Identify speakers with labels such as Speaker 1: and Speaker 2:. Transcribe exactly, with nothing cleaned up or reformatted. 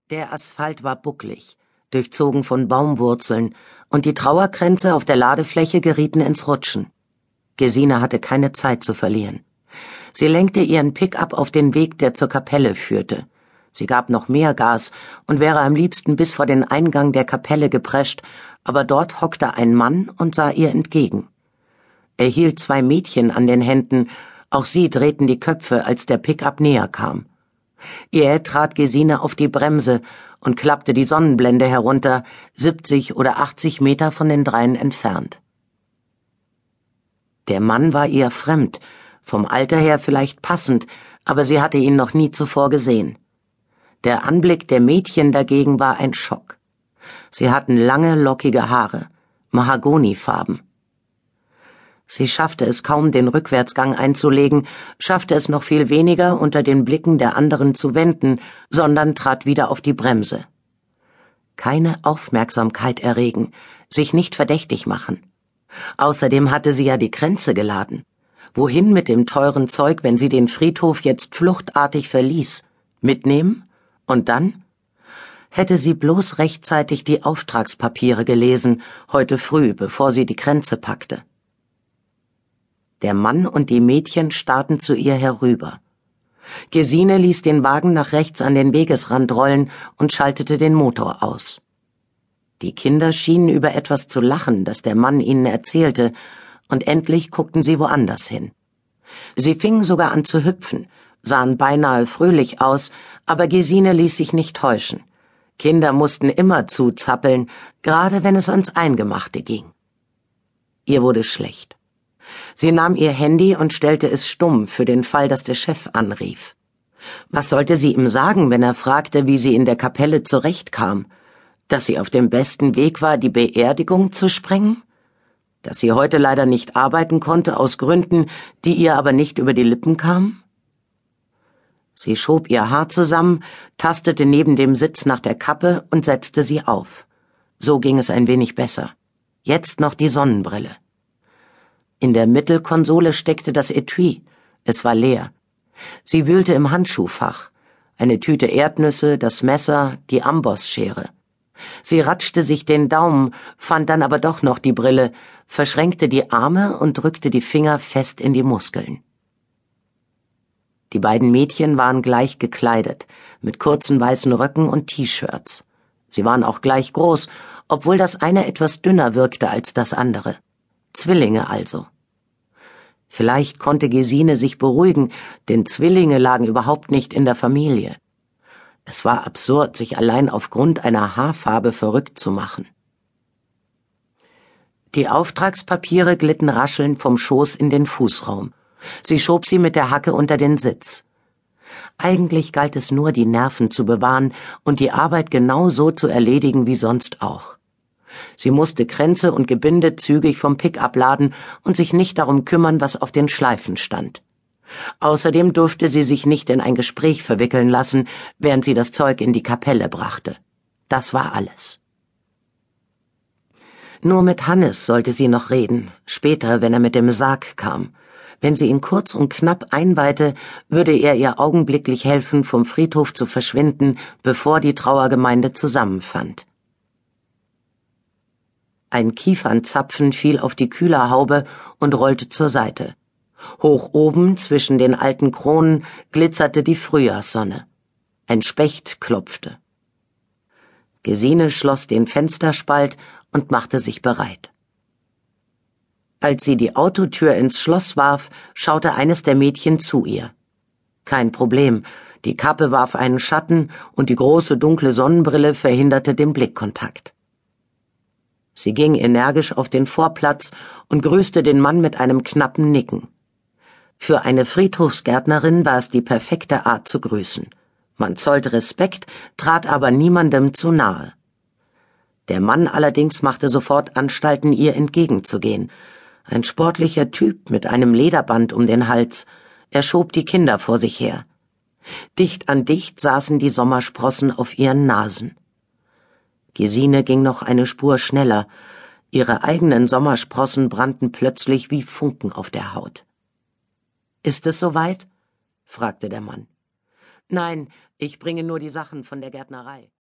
Speaker 1: Der Asphalt war bucklig, durchzogen von Baumwurzeln, und die Trauerkränze auf der Ladefläche gerieten ins Rutschen. Gesine hatte keine Zeit zu verlieren. Sie lenkte ihren Pick-up auf den Weg, der zur Kapelle führte. Sie gab noch mehr Gas und wäre am liebsten bis vor den Eingang der Kapelle geprescht, aber dort hockte ein Mann und sah ihr entgegen. Er hielt zwei Mädchen an den Händen, auch sie drehten die Köpfe, als der Pick-up näher kam. Jäh trat Gesine auf die Bremse und klappte die Sonnenblende herunter, siebzig oder achtzig Meter von den dreien entfernt. Der Mann war ihr fremd, vom Alter her vielleicht passend, aber sie hatte ihn noch nie zuvor gesehen. Der Anblick der Mädchen dagegen war ein Schock. Sie hatten lange, lockige Haare, Mahagonifarben. Sie schaffte es kaum, den Rückwärtsgang einzulegen, schaffte es noch viel weniger, unter den Blicken der anderen zu wenden, sondern trat wieder auf die Bremse. Keine Aufmerksamkeit erregen, sich nicht verdächtig machen. Außerdem hatte sie ja die Kränze geladen. Wohin mit dem teuren Zeug, wenn sie den Friedhof jetzt fluchtartig verließ? Mitnehmen? Und dann? Hätte sie bloß rechtzeitig die Auftragspapiere gelesen, heute früh, bevor sie die Kränze packte. Der Mann und die Mädchen starrten zu ihr herüber. Gesine ließ den Wagen nach rechts an den Wegesrand rollen und schaltete den Motor aus. Die Kinder schienen über etwas zu lachen, das der Mann ihnen erzählte, und endlich guckten sie woanders hin. Sie fingen sogar an zu hüpfen, sahen beinahe fröhlich aus, aber Gesine ließ sich nicht täuschen. Kinder mussten immer zuzappeln, gerade wenn es ans Eingemachte ging. Ihr wurde schlecht. Sie nahm ihr Handy und stellte es stumm für den Fall, dass der Chef anrief. Was sollte sie ihm sagen, wenn er fragte, wie sie in der Kapelle zurechtkam? Dass sie auf dem besten Weg war, die Beerdigung zu sprengen? Dass sie heute leider nicht arbeiten konnte, aus Gründen, die ihr aber nicht über die Lippen kamen? Sie schob ihr Haar zusammen, tastete neben dem Sitz nach der Kappe und setzte sie auf. So ging es ein wenig besser. Jetzt noch die Sonnenbrille. In der Mittelkonsole steckte das Etui. Es war leer. Sie wühlte im Handschuhfach. Eine Tüte Erdnüsse, das Messer, die Ambossschere. Sie ratschte sich den Daumen, fand dann aber doch noch die Brille, verschränkte die Arme und drückte die Finger fest in die Muskeln. Die beiden Mädchen waren gleich gekleidet, mit kurzen weißen Röcken und T-Shirts. Sie waren auch gleich groß, obwohl das eine etwas dünner wirkte als das andere. Zwillinge also. Vielleicht konnte Gesine sich beruhigen, denn Zwillinge lagen überhaupt nicht in der Familie. Es war absurd, sich allein aufgrund einer Haarfarbe verrückt zu machen. Die Auftragspapiere glitten raschelnd vom Schoß in den Fußraum. Sie schob sie mit der Hacke unter den Sitz. Eigentlich galt es nur, die Nerven zu bewahren und die Arbeit genau so zu erledigen wie sonst auch. Sie musste Kränze und Gebinde zügig vom Pick-up laden und sich nicht darum kümmern, was auf den Schleifen stand. Außerdem durfte sie sich nicht in ein Gespräch verwickeln lassen, während sie das Zeug in die Kapelle brachte. Das war alles. Nur mit Hannes sollte sie noch reden, später, wenn er mit dem Sarg kam. Wenn sie ihn kurz und knapp einweihte, würde er ihr augenblicklich helfen, vom Friedhof zu verschwinden, bevor die Trauergemeinde zusammenfand. Ein Kiefernzapfen fiel auf die Kühlerhaube und rollte zur Seite. Hoch oben, zwischen den alten Kronen, glitzerte die Frühjahrssonne. Ein Specht klopfte. Gesine schloss den Fensterspalt und machte sich bereit. Als sie die Autotür ins Schloss warf, schaute eines der Mädchen zu ihr. Kein Problem, die Kappe warf einen Schatten und die große dunkle Sonnenbrille verhinderte den Blickkontakt. Sie ging energisch auf den Vorplatz und grüßte den Mann mit einem knappen Nicken. Für eine Friedhofsgärtnerin war es die perfekte Art zu grüßen. Man zollte Respekt, trat aber niemandem zu nahe. Der Mann allerdings machte sofort Anstalten, ihr entgegenzugehen. Ein sportlicher Typ mit einem Lederband um den Hals. Er schob die Kinder vor sich her. Dicht an dicht saßen die Sommersprossen auf ihren Nasen. Gesine ging noch eine Spur schneller. Ihre eigenen Sommersprossen brannten plötzlich wie Funken auf der Haut. »Ist es soweit?« fragte der Mann. »Nein, Ich bringe nur die Sachen von der Gärtnerei.